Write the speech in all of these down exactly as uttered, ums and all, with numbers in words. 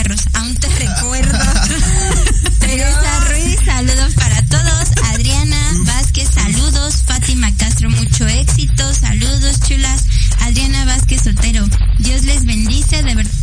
nosotros. Aún te recuerdo. Teresa Ruiz, saludos para todos. Adriana Vázquez, saludos. Fátima Castro, mucho éxito. Saludos, chulas. Adriana Vázquez Sotero, Dios les bendice, de verdad.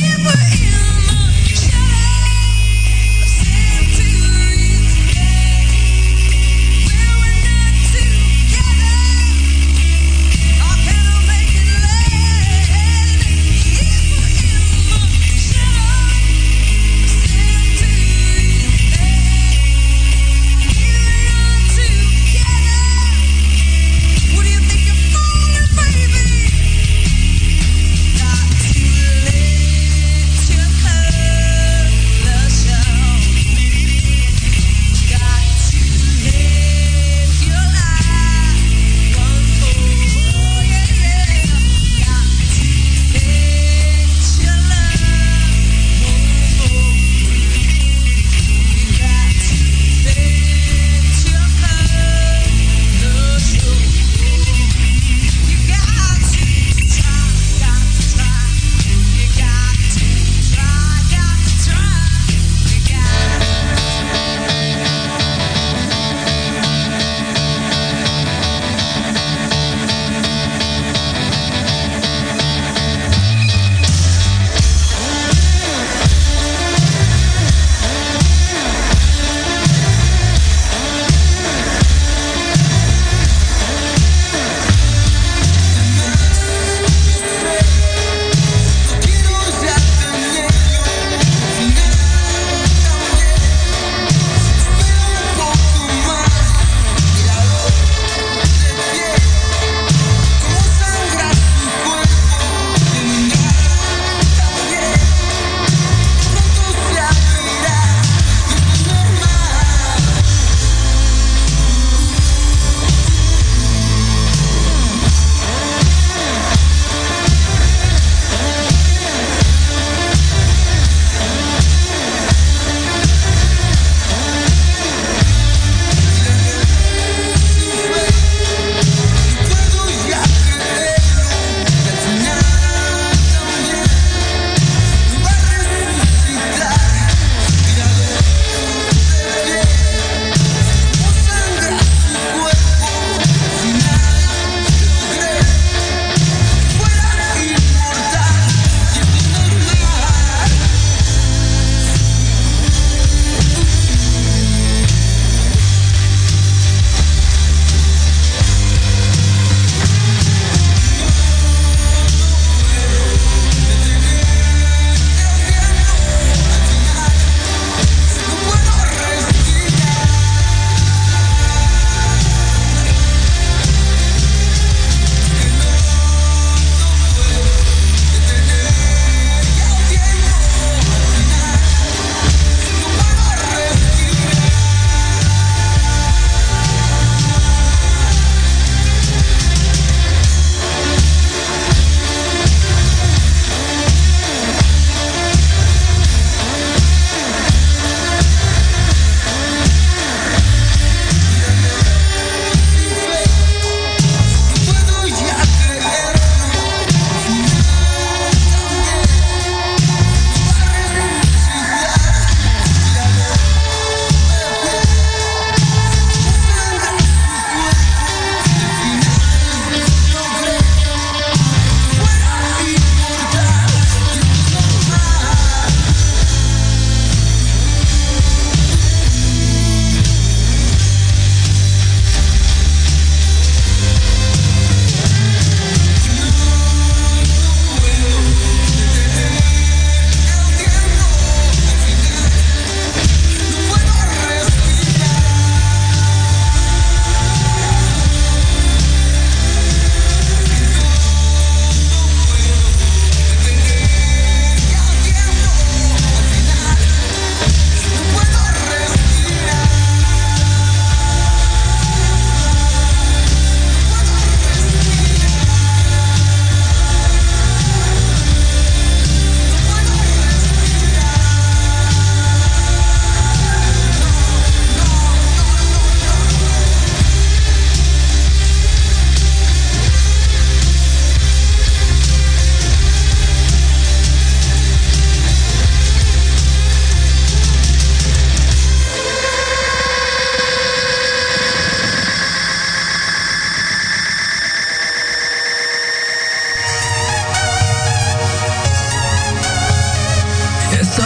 Got to let you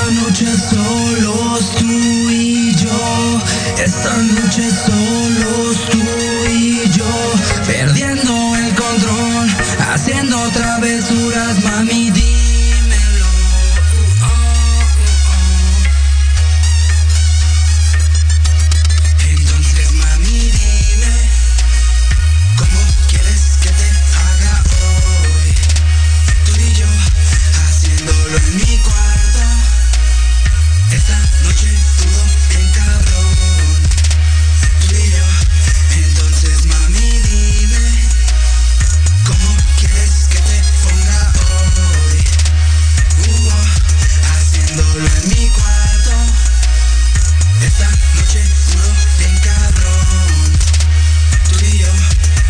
noche solos tú y yo, esta noche solos tú y yo, perdiendo el control, haciendo travesuras, mami, dímelo. Oh, oh, oh. Entonces, mami, dime, ¿cómo quieres que te haga hoy? Tú y yo, haciéndolo en mi cuarto, esta noche todo bien cabrón. Tú y yo, entonces, mami, dime, ¿cómo quieres que te ponga hoy? Uh, oh, haciéndolo en mi cuarto, esta noche todo bien cabrón. Tú y yo,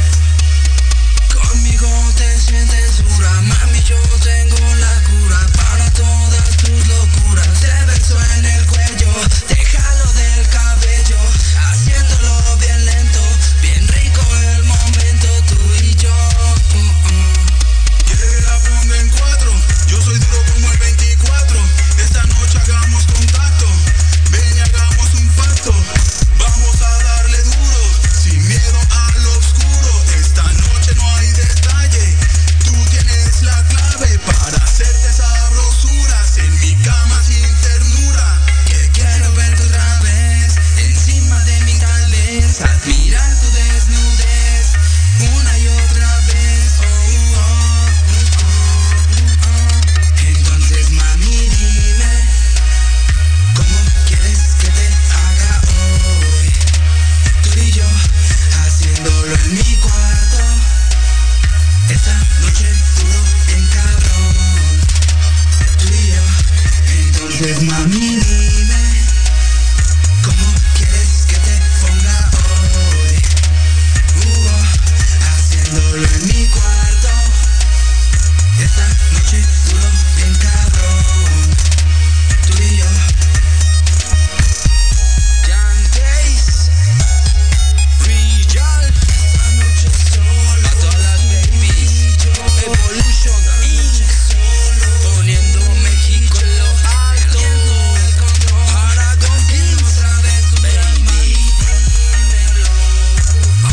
conmigo te sientes dura, mami, yo tengo la cura para todas tus locuras. Te beso en el cuello, te jalo del cabello, haciéndolo bien lento, bien rico el momento, tú y yo. Uh, uh. Quiere que la ponga en cuatro, yo soy duro como el veinticuatro. Esta noche hagamos contacto, ven y hagamos un pacto. Vamos a darle duro, sin miedo a lo oscuro. Esta noche no hay detalle, tú tienes la clave para hacerte sabrosuras en mi cama sin ternura. Que quiero verte otra vez, encima de mí tal vez, admirar tu desnudez, una y otra vez. Oh, oh, oh, oh, oh. Entonces, mami, dime, ¿cómo quieres que te haga hoy? Tú y yo, haciéndolo en mi cuarto, esta noche todo bien cabrón. Tú y yo, entonces, mami, dime, ¿cómo quieres que te ponga hoy? Uh, oh, haciéndolo en mi cuarto, esta noche todo bien cabrón. Tú y yo, Yankees, Real, esta noche solo. A todas las babies, Evolution incorporated, poniendo México en lo alto. Paragon Kings, baby, dímelo. Oh, oh,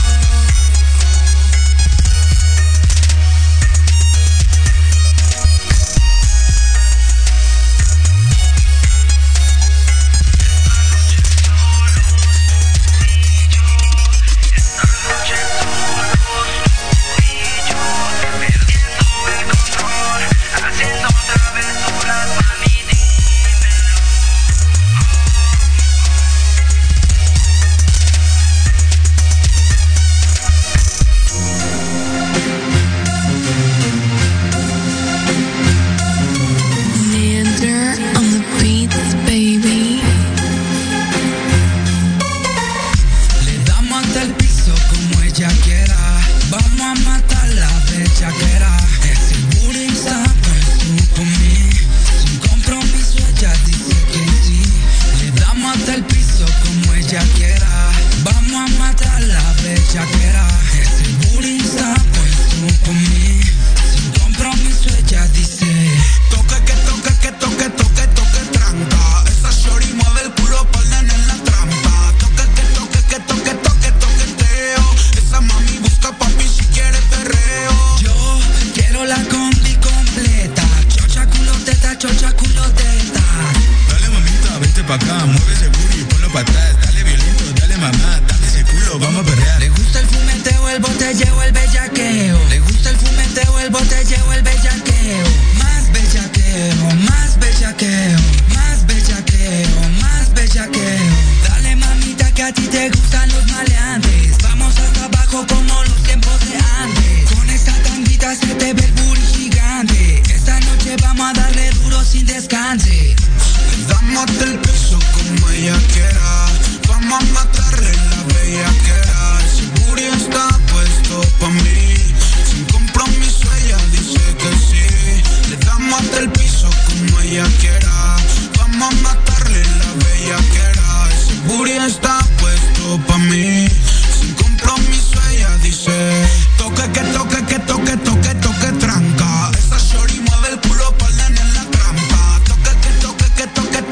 Neander on the beats, baby. Le damos hasta el piso como ella quiera. Vamos a matar la bellaquera. Ese booty está puesto por mí. Sin compromiso ella dice que sí. Le damos hasta el piso como ella quiera. Vamos a matar la bellaquera. Ese booty está puesto por mí. Sin compromiso ella dice. Toque que toque que toque toque toque tranca. Esa shorty mueve el culo para en la trampa. Toque que toque que toque toque toqueteo. Esa mami busca papi si quiere perreo. Yo quiero la combi completa. Chocha culoteta, chocha culoteta. Dale mamita, vente pa' acá, mueve ese booty, ponlo pa' atrás. Dale violento, dale mamá, dame ese culo, vamos a perrear. Le gusta el fumeteo, el botelleo, el bellaqueo. Le gusta el fumeteo, el botelleo, el bellaqueo. Más bellaqueo, más bellaqueo, más bellaqueo, más bellaqueo. Dale mamita que a ti te gustan los maleantes. Vamos hasta abajo como los tiempos de antes. Con esta tanguita se te ve el booty gigante. Esta noche vamos a darle duro sin descanse. Le damos hasta el piso como ella quiera. Vamos a matarle la bellaquera. Ese booty está puesto pa' mí. Sin compromiso ella dice que sí. Le damos hasta el piso como ella quiera. Vamos a matarle la bellaquera. Ese booty está puesto pa' mí. Sin compromiso ella dice. Toque que toque que toque toque toque tranca. Esa shorty mueve el culo para en la trampa. Toque que toque que toque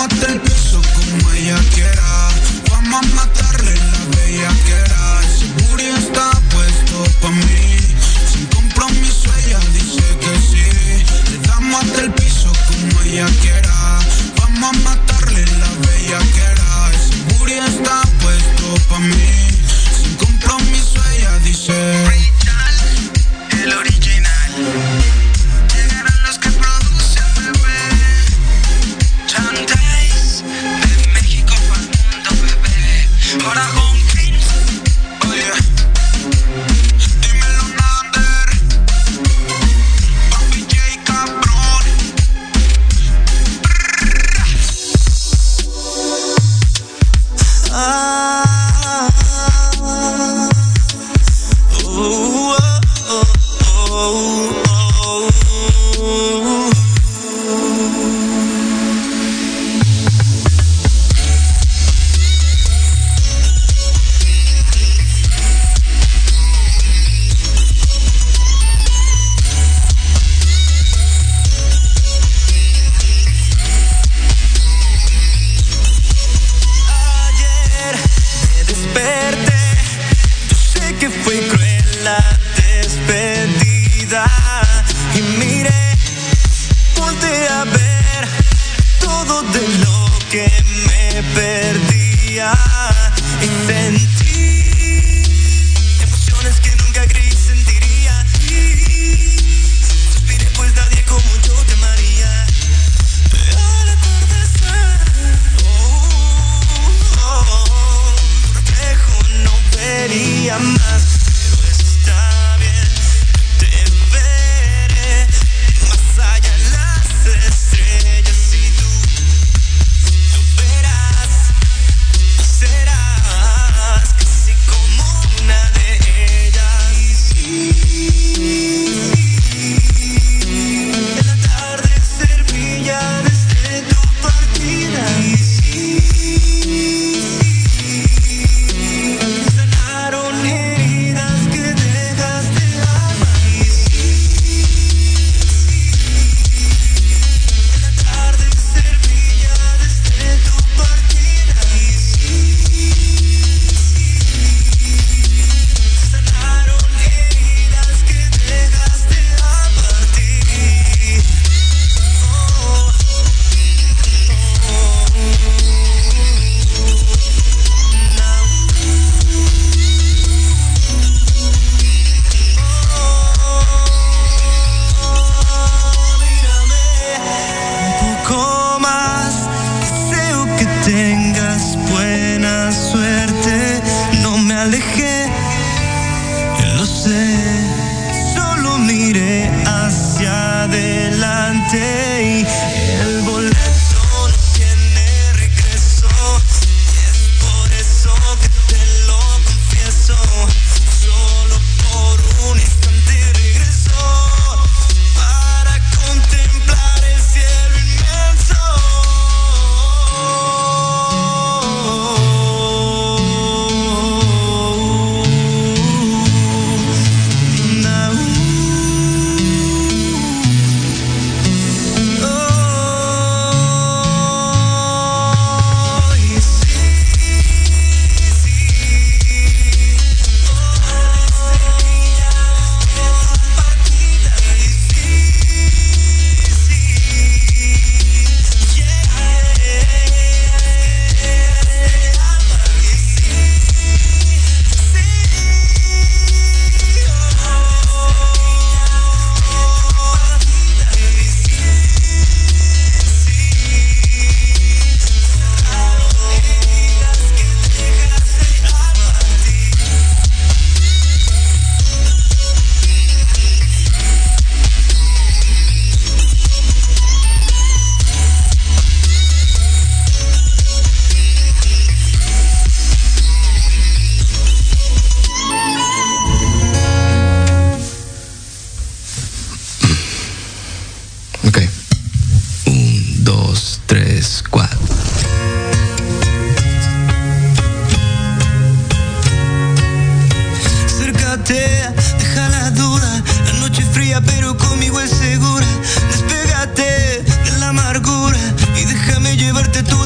damos hasta el piso como ella quiera. Vamos a matarle la bellaquera. Ese booty está puesto pa' mí. Sin compromiso ella dice que sí. Le damos hasta el piso como ella quiera. Vamos a matarle la bellaquera. Ese booty está puesto pa' mí. Sin compromiso ella dice. Original, el original. Llegarán los que producen, bebé. Chantais, de México pa'l mundo, bebé. Ahora Home Kings. Oye, dímelo Nander. Papi J cabrón. Ah, oh, oh, oh, oh, oh. Ayer me desperté, yo sé que fue cruel la despedida. Y miré, volteé a ver todo de lo que me perdía. Y sentí emociones que nunca creí sentiría. Y suspiré pues nadie como yo te amaría. Al atardecer, oh, oh, oh, tu reflejo no vería más, pero está bien, te veré más allá en las estrellas y tú, tú verás, serás casi como una de ellas. El atardecer brilla desde tu partida. Sanaron heridas que dejaste amar. El atardecer brilla desde tu partida. Sanaron heridas que dejaste a partir. Oh, un poco más, deseo que tengas buena suerte. No me alejé, lo sé, solo miré hacia adelante y el boleto no tiene regreso. Y es por eso que te lo confieso, solo por un instante regreso para contemplar el cielo inmenso. Pero conmigo es segura. Despégate de la amargura y déjame llevarte tú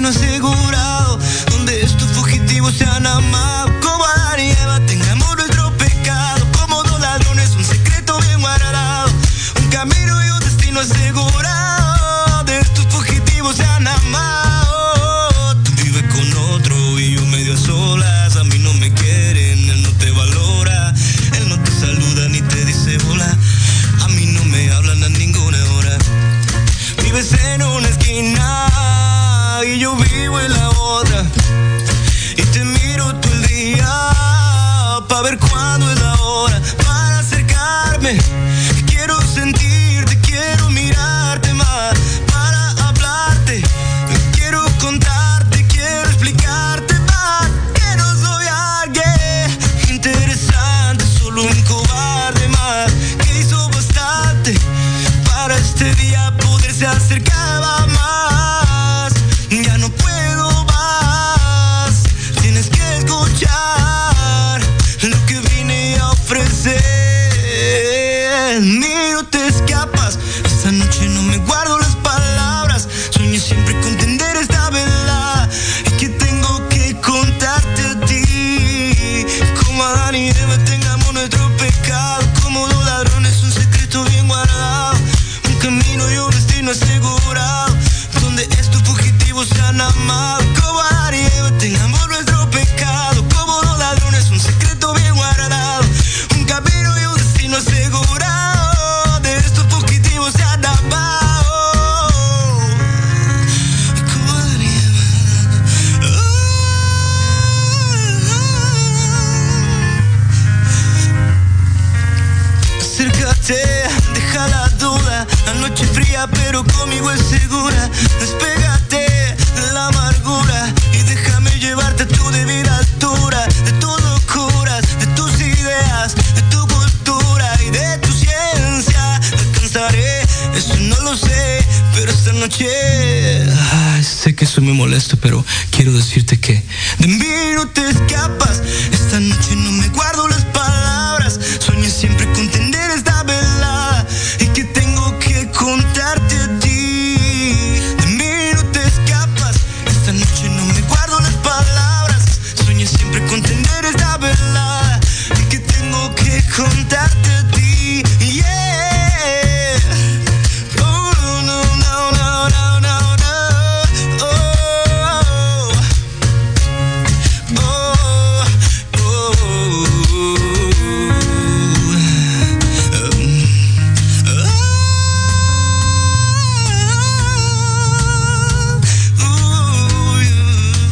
destino asegurado, donde estos fugitivos se han amado. Como Adán y Eva tengamos nuestro pecado, como dos ladrones un secreto bien guardado, un camino y un destino asegurado, de estos fugitivos se han amado. Tú vives con otro y yo medio a solas, a mí no me quieren, él no te valora, él no te saluda ni te dice hola, a mí no me hablan a ninguna hora. Vives en una esquina y yo vivo en la otra, y te miro todo el día para ver cuándo es la hora para acercarme. Quiero sentirte, quiero mirarte más, para hablarte, quiero contarte, quiero explicarte más, que no soy alguien interesante, solo un cobarde más, que hizo bastante para este día poderse acercaba más. Ya no puedo más, tienes que escuchar lo que vine a ofrecer. Ni no te escapas, esta noche no me guardo las palabras, sueño siempre con tender esta vela, y que tengo que contarte a ti. Como Adán y Eva tengamos nuestro pecado, como dos ladrones un secreto bien guardado, un camino y un destino asegurado, donde estos fugitivos se han amado. Como Adán y Eva tengamos nuestro pecado, como dos ladrones un secreto bien guardado, un camino y un destino asegurado, de estos fugitivos se han amado. Como Adán y Eva. Acércate, deja la duda, la noche fría pero conmigo es segura. Despégate de la amargura y déjame llevarte a tu debida altura, de tus locuras, de tus ideas, de tu cultura y de tu ciencia. Alcanzaré, eso no lo sé, pero esta noche ay, sé que soy muy molesto, pero quiero decirte que de mí no te escapas. Esta noche no me guardo las palabras, sueño siempre con tender esta velada, y que tengo que contarte a ti. De mí no te escapas, esta noche no me guardo las palabras, sueño siempre con tender esta velada, y que tengo que contarte a ti. Yeah. Oh, no, no, no, no, no, no. Oh, oh, oh, oh.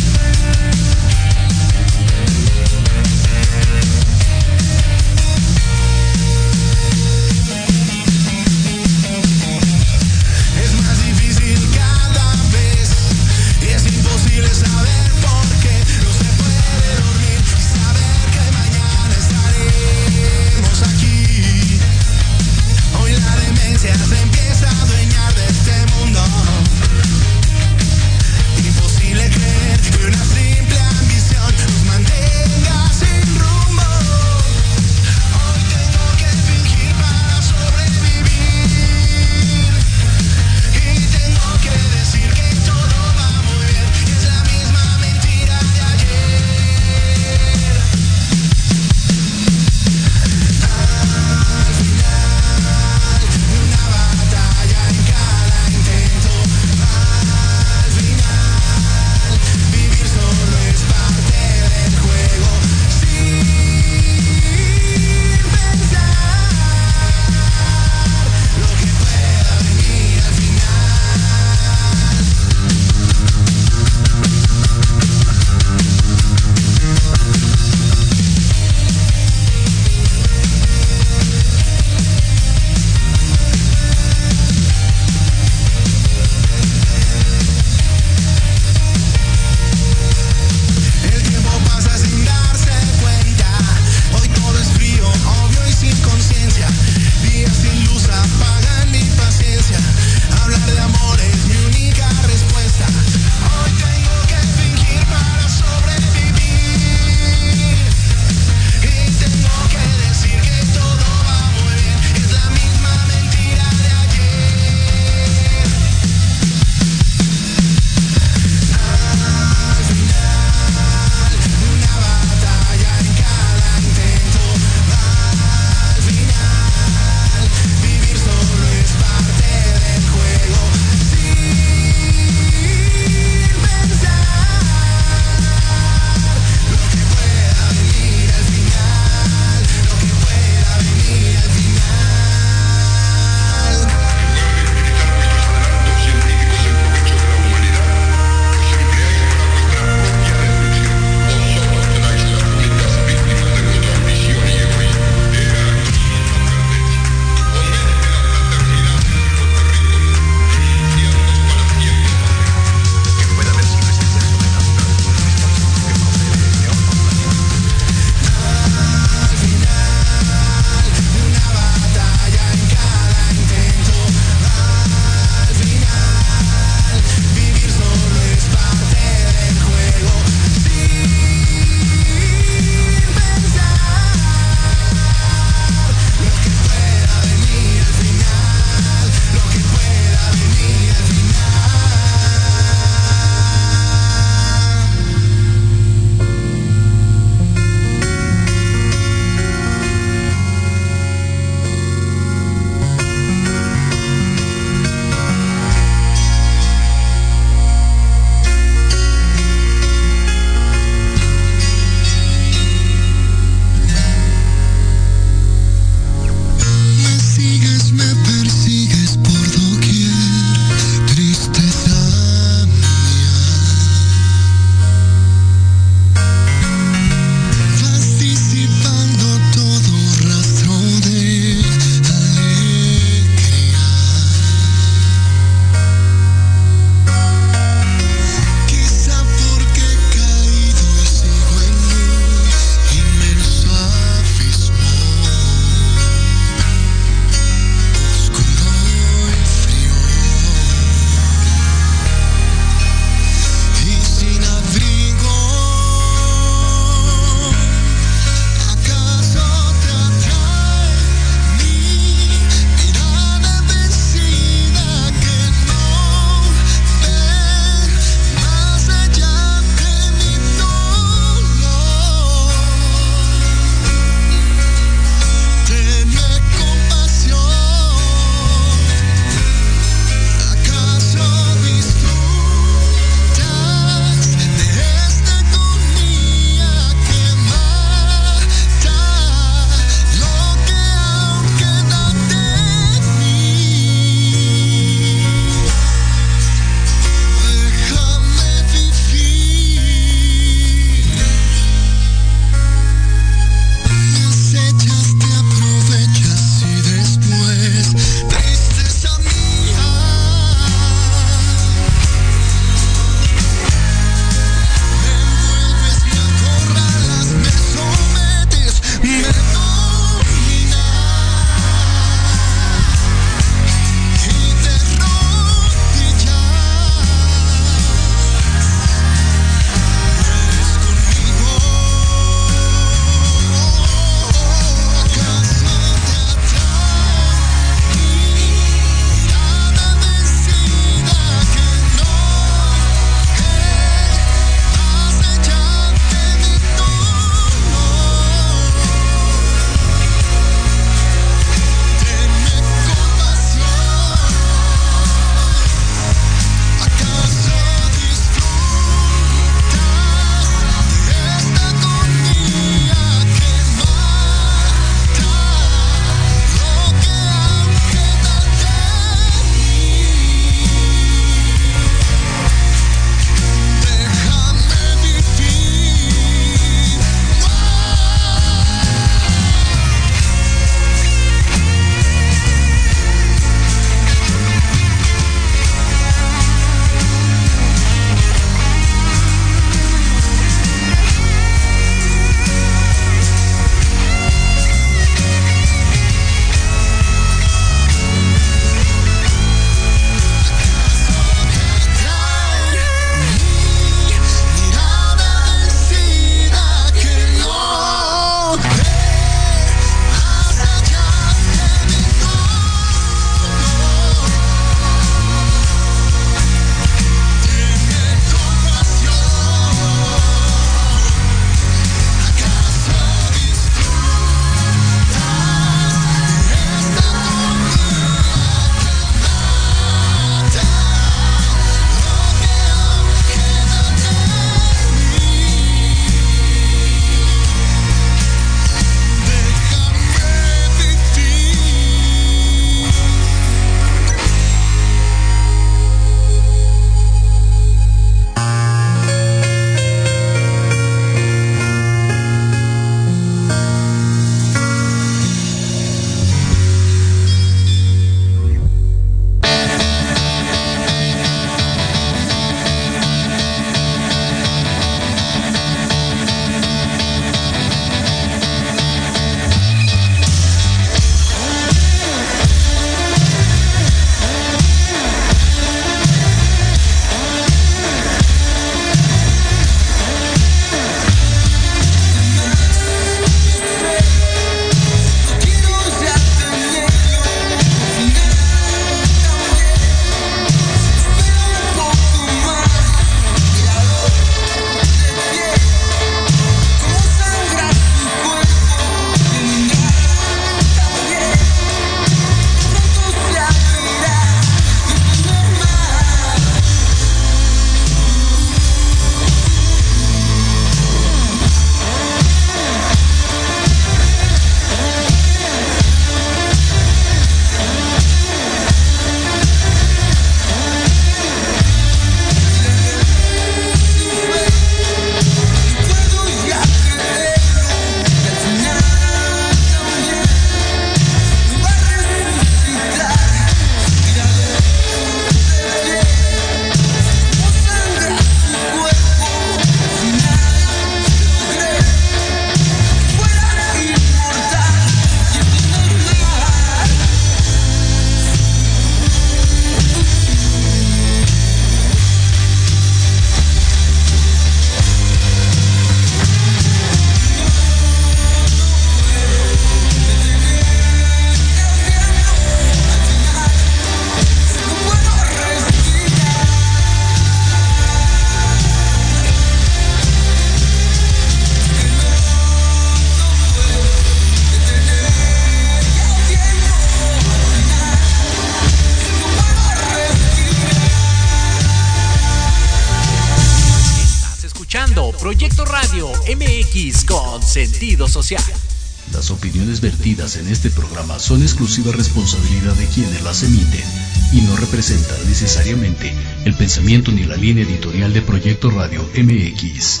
Proyecto Radio M X con sentido social. Las opiniones vertidas en este programa son exclusiva responsabilidad de quienes las emiten y no representan necesariamente el pensamiento ni la línea editorial de Proyecto Radio M X.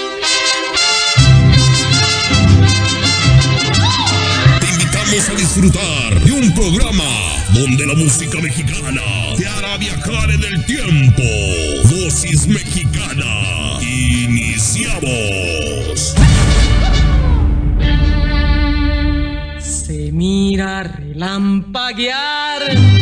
Te invitamos a disfrutar de un programa donde la música mexicana te hará viajar en el tiempo. Dosis mexicana. Iniciamos. Se mira relampaguear